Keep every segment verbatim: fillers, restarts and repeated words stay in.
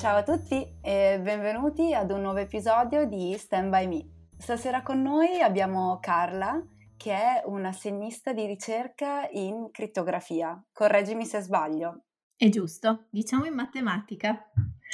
Ciao a tutti e benvenuti ad un nuovo episodio di Stand By Me. Stasera con noi abbiamo Carla, che è un'assegnista di ricerca in crittografia. Correggimi se sbaglio. È giusto, diciamo in matematica.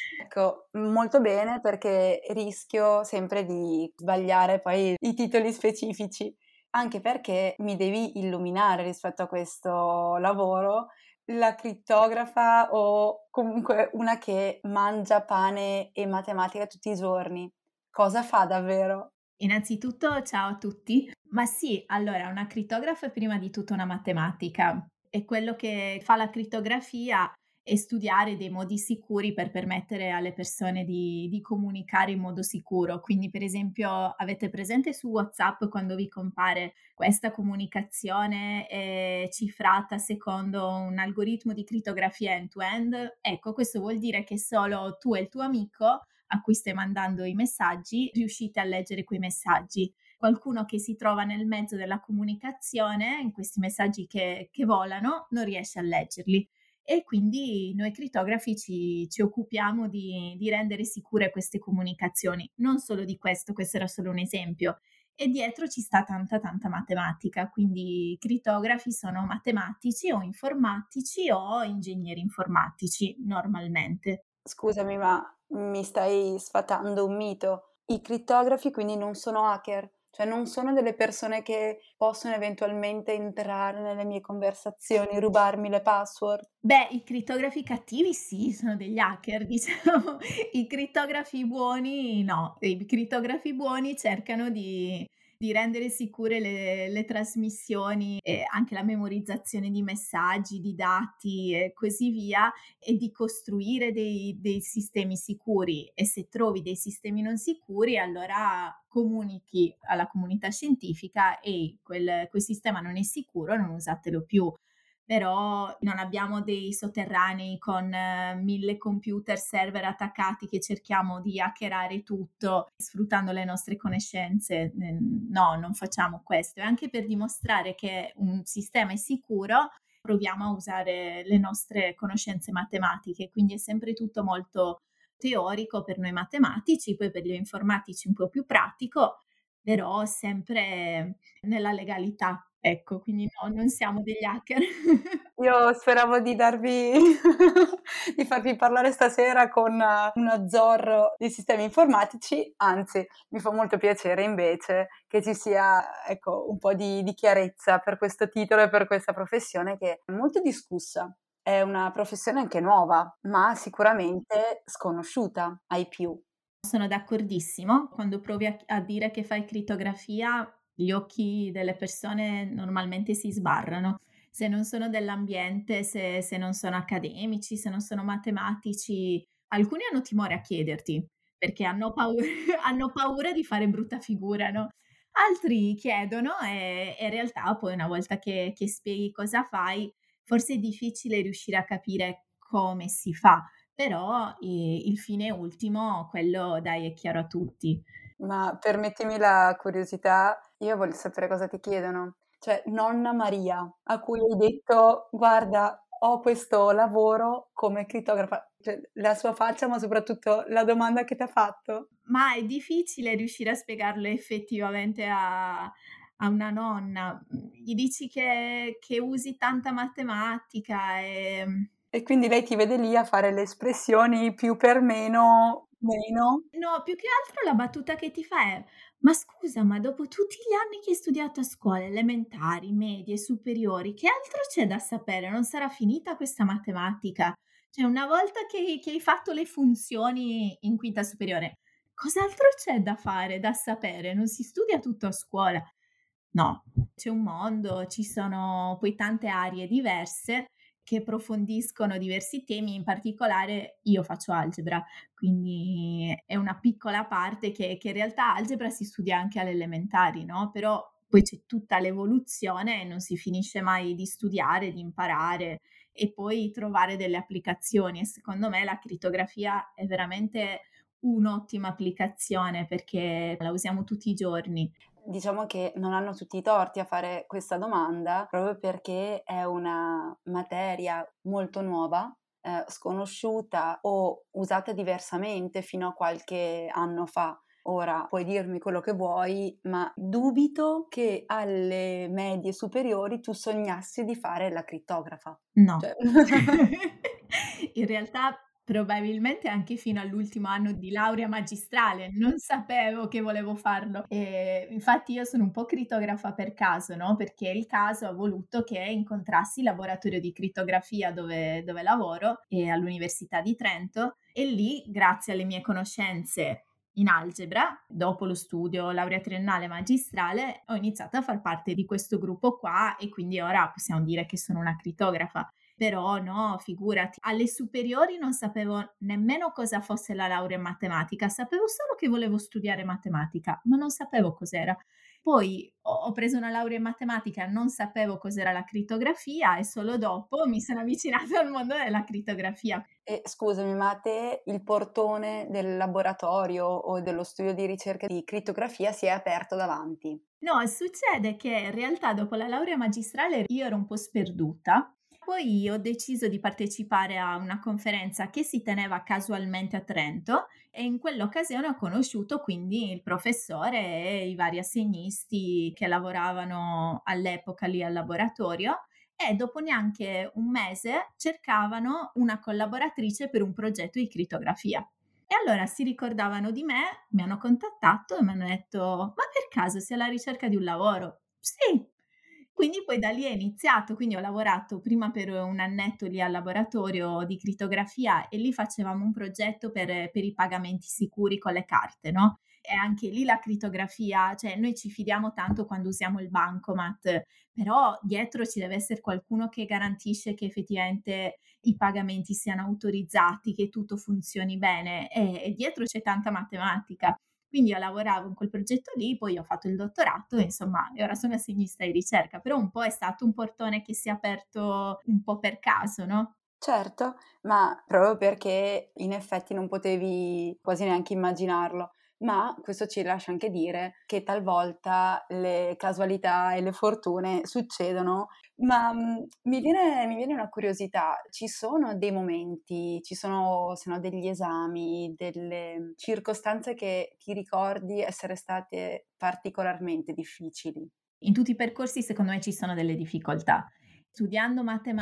Ecco, molto bene perché rischio sempre di sbagliare poi i titoli specifici, anche perché mi devi illuminare rispetto a questo lavoro. La crittografa o comunque una che mangia pane e matematica tutti i giorni. Cosa fa davvero? Innanzitutto ciao a tutti. Ma sì, allora una crittografa è prima di tutto una matematica e quello che fa la crittografia è studiare dei modi sicuri per permettere alle persone di, di comunicare in modo sicuro. Quindi, per esempio, avete presente su WhatsApp quando vi compare questa comunicazione è cifrata secondo un algoritmo di crittografia end-to-end? Ecco, questo vuol dire che solo tu e il tuo amico a cui stai mandando i messaggi, riuscite a leggere quei messaggi. Qualcuno che si trova nel mezzo della comunicazione, in questi messaggi che, che volano, non riesce a leggerli. E quindi noi crittografi ci, ci occupiamo di, di rendere sicure queste comunicazioni. Non solo di questo, questo era solo un esempio. E dietro ci sta tanta tanta matematica, quindi i crittografi sono matematici o informatici o ingegneri informatici normalmente. Scusami, ma mi stai sfatando un mito. I crittografi quindi non sono hacker, cioè non sono delle persone che possono eventualmente entrare nelle mie conversazioni, rubarmi le password. Beh, i crittografi cattivi sì, sono degli hacker diciamo. I crittografi buoni no. I crittografi buoni cercano di di rendere sicure le le trasmissioni e anche la memorizzazione di messaggi, di dati e così via, e di costruire dei dei sistemi sicuri. E se trovi dei sistemi non sicuri, allora comunichi alla comunità scientifica: "Ehi, quel quel sistema non è sicuro, non usatelo più." Però non abbiamo dei sotterranei con eh, mille computer server attaccati che cerchiamo di hackerare tutto sfruttando le nostre conoscenze. Ehm, no, non facciamo questo. E anche per dimostrare che un sistema è sicuro, proviamo a usare le nostre conoscenze matematiche, quindi è sempre tutto molto teorico per noi matematici, poi per gli informatici un po' più pratico, però sempre nella legalità. Ecco, quindi no, non siamo degli hacker. Io speravo di darvi, di farvi parlare stasera con uno zorro dei sistemi informatici, anzi, mi fa molto piacere invece che ci sia, ecco, un po' di, di chiarezza per questo titolo e per questa professione che è molto discussa. È una professione anche nuova, ma sicuramente sconosciuta ai più. Sono d'accordissimo. Quando provi a a dire che fai crittografia, gli occhi delle persone normalmente si sbarrano. Se non sono dell'ambiente, se se non sono accademici, se non sono matematici, alcuni hanno timore a chiederti, perché hanno pau hanno paura di fare brutta figura, no, altri chiedono e e in realtà poi una volta che che spieghi cosa fai, forse è difficile riuscire a capire come si fa. Però, i il fine ultimo, quello dai è chiaro a tutti. Ma permettimi la curiosità, io voglio sapere cosa ti chiedono. Cioè, nonna Maria, a cui hai detto: "Guarda, ho questo lavoro come crittografa", cioè la sua faccia, ma soprattutto la domanda che t'ha fatto? Ma è difficile riuscire a spiegarlo effettivamente a a una nonna. Mhmm, Gli dici che che usi tanta matematica, ehm E quindi lei ti vede lì a fare le espressioni più per meno, meno. no, più che altro la battuta che ti fa è: "Ma scusa, ma dopo tutti gli anni che hai studiato a scuola, elementari, medie, superiori, che altro c'è da sapere? Non sarà finita questa matematica? Cioè, una volta che che hai fatto le funzioni in quinta superiore, cos'altro c'è da fare, da sapere? Non si studia tutto a scuola." No, c'è un mondo, ci sono poi tante aree diverse che approfondiscono diversi temi, in particolare io faccio algebra, quindi è una piccola parte che che in realtà algebra si studia anche alle elementari, no, però poi c'è tutta l'evoluzione e non si finisce mai di studiare, di imparare e poi trovare delle applicazioni e secondo me la crittografia è veramente un'ottima applicazione perché la usiamo tutti i giorni. Diciamo che non hanno tutti i torti a fare questa domanda, proprio perché è una materia molto nuova, eh, sconosciuta o usata diversamente fino a qualche anno fa. Ora puoi dirmi quello che vuoi, ma dubito che alle medie superiori tu sognassi di fare la crittografa. No. Cioè In realtà probabilmente anche fino all'ultimo anno di laurea magistrale non sapevo che volevo farlo. Ehm, infatti io sono un po' crittografa per caso, no, perché il caso ha voluto che incontrassi il laboratorio di crittografia dove dove lavoro, ehm, all'Università di Trento, e lì, grazie alle mie conoscenze in algebra, dopo lo studio laurea triennale magistrale, ho iniziato a far parte di questo gruppo qua e quindi ora possiamo dire che sono una crittografa. Però no, figurati, alle superiori non sapevo nemmeno cosa fosse la laurea in matematica, sapevo solo che volevo studiare matematica, ma non sapevo cos'era. Poi ho ho preso una laurea in matematica, non sapevo cos'era la crittografia e solo dopo mi sono avvicinata al mondo della crittografia. E scusami, ma a te il portone del laboratorio o dello studio di ricerca di crittografia si è aperto davanti? No, succede che in realtà dopo la laurea magistrale io ero un po' sperduta. Poi ho deciso di partecipare a una conferenza che si teneva casualmente a Trento e in quell'occasione ho conosciuto quindi il professore e i vari assegnisti che lavoravano all'epoca lì al laboratorio e dopo neanche un mese cercavano una collaboratrice per un progetto di crittografia. E allora si ricordavano di me, mi hanno contattato e m'hanno detto: "Ma per caso sei alla ricerca di un lavoro?" "Sì." Quindi poi da lì è iniziato, quindi ho lavorato prima per un annetto lì al laboratorio di crittografia e lì facevamo un progetto per per i pagamenti sicuri con le carte, no, e anche lì la crittografia, cioè noi ci fidiamo tanto quando usiamo il bancomat, però dietro ci deve essere qualcuno che garantisce che effettivamente i pagamenti siano autorizzati, che tutto funzioni bene e e dietro c'è tanta matematica. Quindi io lavoravo in quel progetto lì, poi ho fatto il dottorato e insomma e ora sono assegnista di ricerca, però un po' è stato un portone che si è aperto un po' per caso, no? Certo, ma proprio perché in effetti non potevi quasi neanche immaginarlo. Ma questo ci lascia anche dire che talvolta le casualità e le fortune succedono, ma, mhmm, mi viene mi viene una curiosità: ci sono dei momenti, ci sono se no degli esami, delle circostanze che ti ricordi essere state particolarmente difficili? In tutti i percorsi secondo me ci sono delle difficoltà. Studiando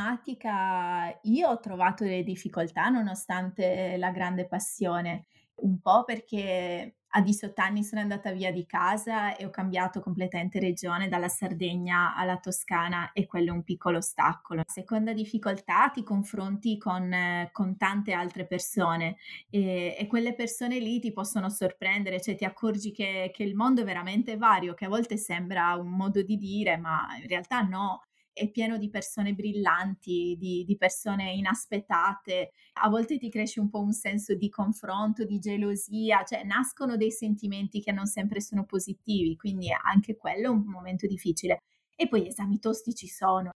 matematica io ho trovato delle difficoltà nonostante la grande passione, un po' perché a diciotto anni sono andata via di casa e ho cambiato completamente regione dalla Sardegna alla Toscana e quello è un piccolo ostacolo. Seconda difficoltà, ti confronti con, eh, con tante altre persone e, e quelle persone lì ti possono sorprendere, cioè ti accorgi che, che il mondo è veramente vario, che a volte sembra un modo di dire, ma in realtà no, è pieno di persone brillanti, di, di persone inaspettate. A volte ti cresce un po' un senso di confronto, di gelosia, cioè nascono dei sentimenti che non sempre sono positivi, quindi anche quello è un momento difficile. E poi gli esami tosti ci sono,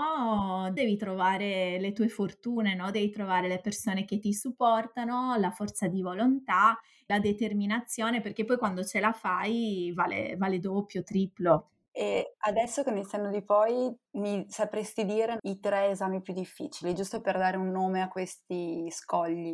però devi trovare le tue fortune, no, devi trovare le persone che ti supportano, la forza di volontà, la determinazione, perché poi quando ce la fai vale vale doppio, triplo. E adesso con il senno di poi mi sapresti dire i tre esami più difficili, giusto per dare un nome a questi scogli?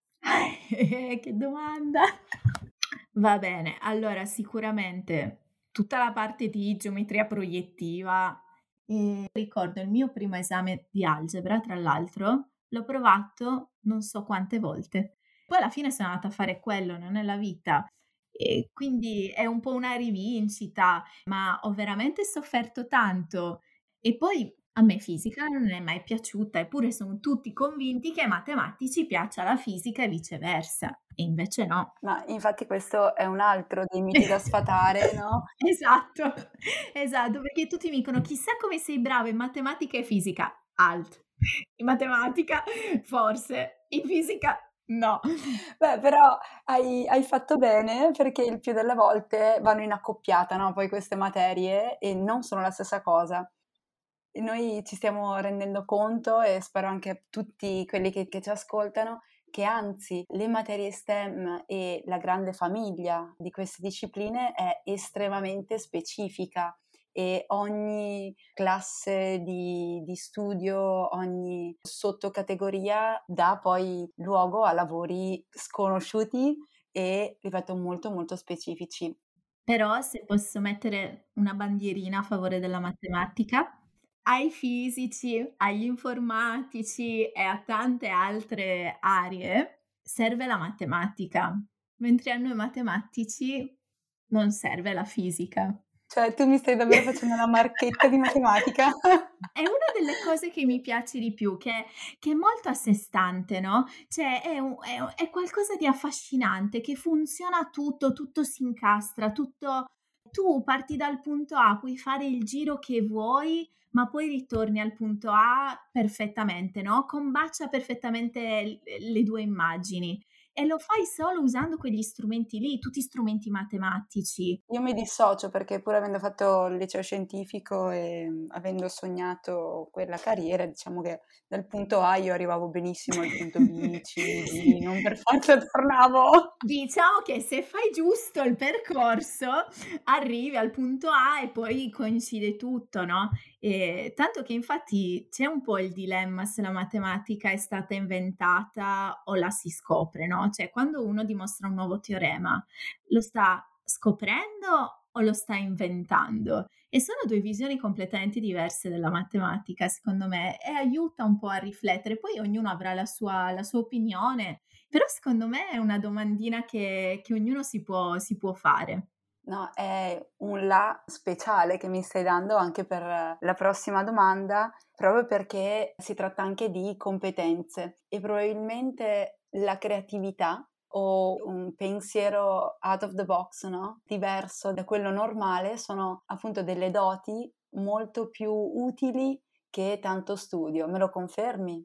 Che domanda! Va bene, allora sicuramente tutta la parte di geometria proiettiva. Ehm, ricordo il mio primo esame di algebra, tra l'altro, l'ho provato non so quante volte. Poi alla fine sono andata a fare quello, no, nella vita. E quindi è un po' una rivincita, ma ho veramente sofferto tanto. E poi a me fisica non è mai piaciuta, eppure son tutti convinti che ai matematici piaccia la fisica e viceversa, e invece no. Ma infatti questo è un altro dei miti da sfatare, no? Esatto, esatto, perché tutti mi dicono: "Chissà come sei brava in matematica e fisica." Alt. In matematica forse, in fisica no. Beh, però hai hai fatto bene perché il più delle volte vanno in accoppiata, no, poi queste materie e non sono la stessa cosa. E noi ci stiamo rendendo conto e spero anche tutti quelli che che ci ascoltano, che anzi le materie STEM e la grande famiglia di queste discipline è estremamente specifica e ogni classe di, di studio, ogni sottocategoria dà poi luogo a lavori sconosciuti e, ripeto, molto molto specifici. Però se posso mettere una bandierina a favore della matematica, ai fisici, agli informatici e a tante altre aree serve la matematica, mentre a noi matematici non serve la fisica. Cioè, tu mi stai davvero facendo una marchetta di matematica? È una delle cose che mi piace di più, che che è molto a sé stante, no, cioè è un è u è qualcosa di affascinante, che funziona tutto, tutto si incastra, tutto tu parti dal punto A, puoi fare il giro che vuoi, ma poi ritorni al punto A perfettamente, no, combacia perfettamente l le due immagini e lo fai solo usando quegli strumenti lì, tutti strumenti matematici. Io mi dissocio perché pur avendo fatto il liceo scientifico e mh, avendo sognato quella carriera, diciamo che dal punto A io arrivavo benissimo al punto B, C, D, non per forza tornavo. Diciamo che se fai giusto il percorso, arrivi al punto A e poi coincide tutto, no, ehm, tanto che infatti c'è un po' il dilemma se la matematica è stata inventata o la si scopre, no, cioè quando uno dimostra un nuovo teorema, lo sta scoprendo o lo sta inventando? E sono due visioni completamente diverse della matematica secondo me e aiuta un po' a riflettere. Poi ognuno avrà la sua la sua opinione, però secondo me è una domandina che che ognuno si può si può fare. No, è un là speciale che mi stai dando anche per la prossima domanda, proprio perché si tratta anche di competenze e probabilmente la creatività o un pensiero out of the box, no? Diverso da quello normale, sono appunto delle doti molto più utili che tanto studio. Me lo confermi?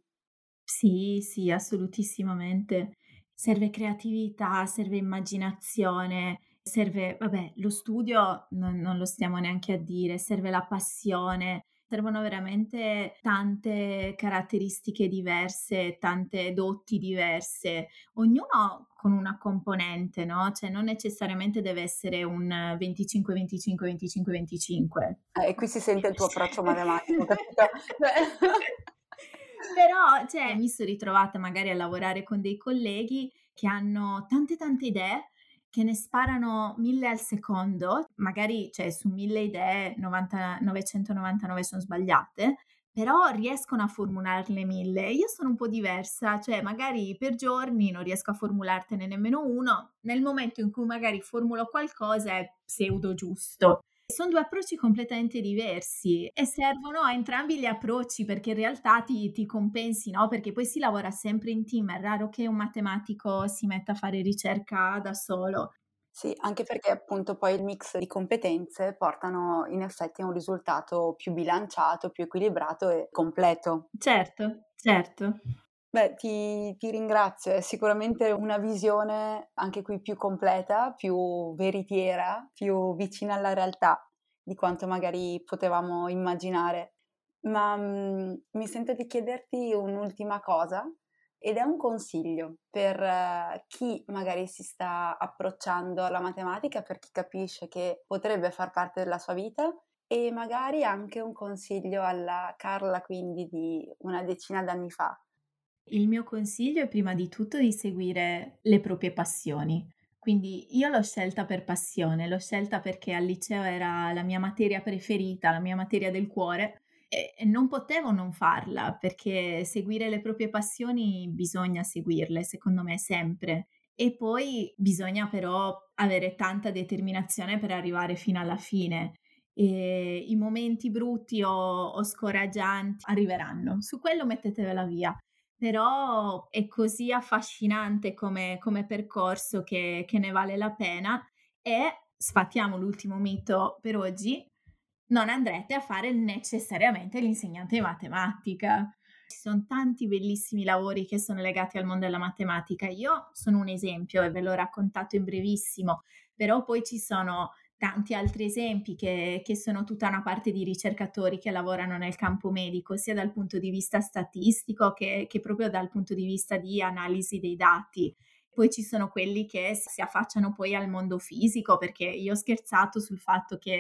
Sì, sì, assolutissimamente. Serve creatività, serve immaginazione, serve vabbè, lo studio non non lo stiamo neanche a dire, serve la passione, servono veramente tante caratteristiche diverse, tante doti diverse, ognuno con una componente, no, cioè non necessariamente deve essere un venticinque, venticinque, venticinque, venticinque. Eh, e qui si sente il tuo approccio matematico, capito? Cioè Però, cioè, mi son ritrovata magari a lavorare con dei colleghi che hanno tante, tante idee, che ne sparano mille al secondo, magari, cioè, su mille idee novanta novecentonovantanove son sbagliate, però riescono a formularne mille. Io sono un po' diversa, cioè magari per giorni non riesco a formulartene nemmeno uno, nel momento in cui magari formulo qualcosa è pseudo giusto. Son due approcci completamente diversi e servono a entrambi gli approcci perché in realtà ti ti compensi, no, perché poi si lavora sempre in team, è raro che un matematico si metta a fare ricerca da solo. Sì, anche perché appunto poi il mix di competenze portano in effetti a un risultato più bilanciato, più equilibrato e completo. Certo, certo. Beh, ti, ti ringrazio, è sicuramente una visione anche qui più completa, più veritiera, più vicina alla realtà di quanto magari potevamo immaginare. Ma mm, mi sento di chiederti un'ultima cosa ed è un consiglio per eh, chi magari si sta approcciando alla matematica, per chi capisce che potrebbe far parte della sua vita e magari anche un consiglio alla Carla, quindi di una decina d'anni fa. Il mio consiglio è prima di tutto di seguire le proprie passioni. Quindi io l'ho scelta per passione, l'ho scelta perché al liceo era la mia materia preferita, la mia materia del cuore e, e non potevo non farla perché seguire le proprie passioni bisogna seguirle, secondo me, sempre. E poi bisogna però avere tanta determinazione per arrivare fino alla fine. E i momenti brutti o, o scoraggianti arriveranno, su quello mettetevela via, però è così affascinante come come percorso che che ne vale la pena e, sfatiamo l'ultimo mito per oggi, non andrete a fare necessariamente l'insegnante di matematica. Ci son tanti bellissimi lavori che sono legati al mondo della matematica. Io sono un esempio e ve l'ho raccontato in brevissimo, però poi ci sono tanti altri esempi che che sono tutta una parte di ricercatori che lavorano nel campo medico, sia dal punto di vista statistico che che proprio dal punto di vista di analisi dei dati. Poi ci sono quelli che si affacciano poi al mondo fisico, perché io ho scherzato sul fatto che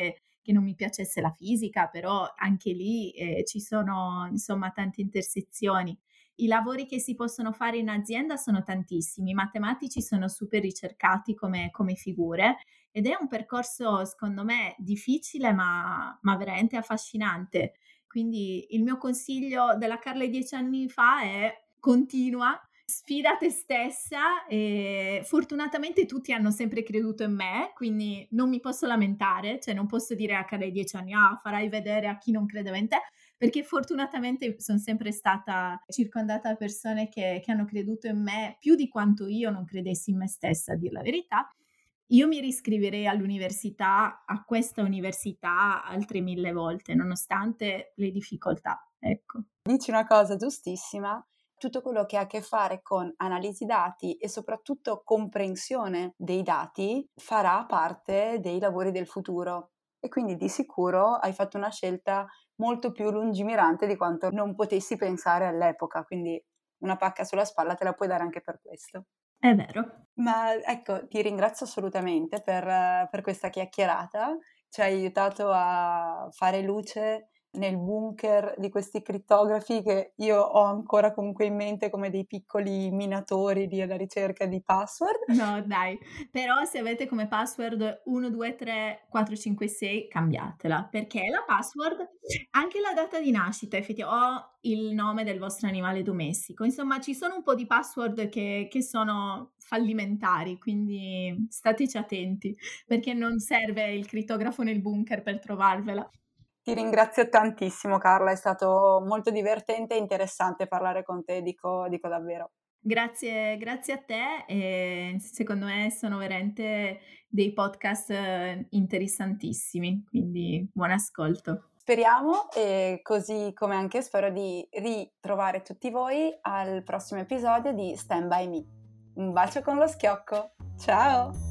che non mi piacesse la fisica, però anche lì eh, ci sono insomma tante intersezioni. I lavori che si possono fare in azienda sono tantissimi, i matematici sono super ricercati come, come figure ed è un percorso secondo me difficile ma, ma veramente affascinante. Quindi il mio consiglio della Carla di dieci anni fa è continua, sfida te stessa e fortunatamente tutti hanno sempre creduto in me, quindi non mi posso lamentare, cioè non posso dire a Carla di dieci anni ah farai vedere a chi non credeva in te, perché fortunatamente sono sempre stata circondata da persone che, che hanno creduto in me più di quanto io non credessi in me stessa, a dir la verità. Io mi riscriverei all'università, a questa università, altre mille volte, nonostante le difficoltà, ecco. Dici una cosa giustissima, tutto quello che ha a che fare con analisi dati e soprattutto comprensione dei dati farà parte dei lavori del futuro e quindi di sicuro hai fatto una scelta molto più lungimirante di quanto non potessi pensare all'epoca, quindi una pacca sulla spalla te la puoi dare anche per questo. È vero. Ma ecco, ti ringrazio assolutamente per, per questa chiacchierata, ci hai aiutato a fare luce nel bunker di questi crittografi che io ho ancora comunque in mente come dei piccoli minatori di alla ricerca di password. No dai, però se avete come password uno, due, tre, quattro, cinque, sei cambiatela, perché la password anche la data di nascita effetti o il nome del vostro animale domestico, insomma ci sono un po' di password che che sono fallimentari, quindi stateci attenti, perché non serve il crittografo nel bunker per trovarvela. Ti ringrazio tantissimo Carla, è stato molto divertente e interessante parlare con te, dico, dico davvero. Grazie, grazie a te e secondo me sono veramente dei podcast eh, interessantissimi, quindi buon ascolto. Speriamo e così come anche spero di ritrovare tutti voi al prossimo episodio di Stand By Me. Un bacio con lo schiocco, ciao!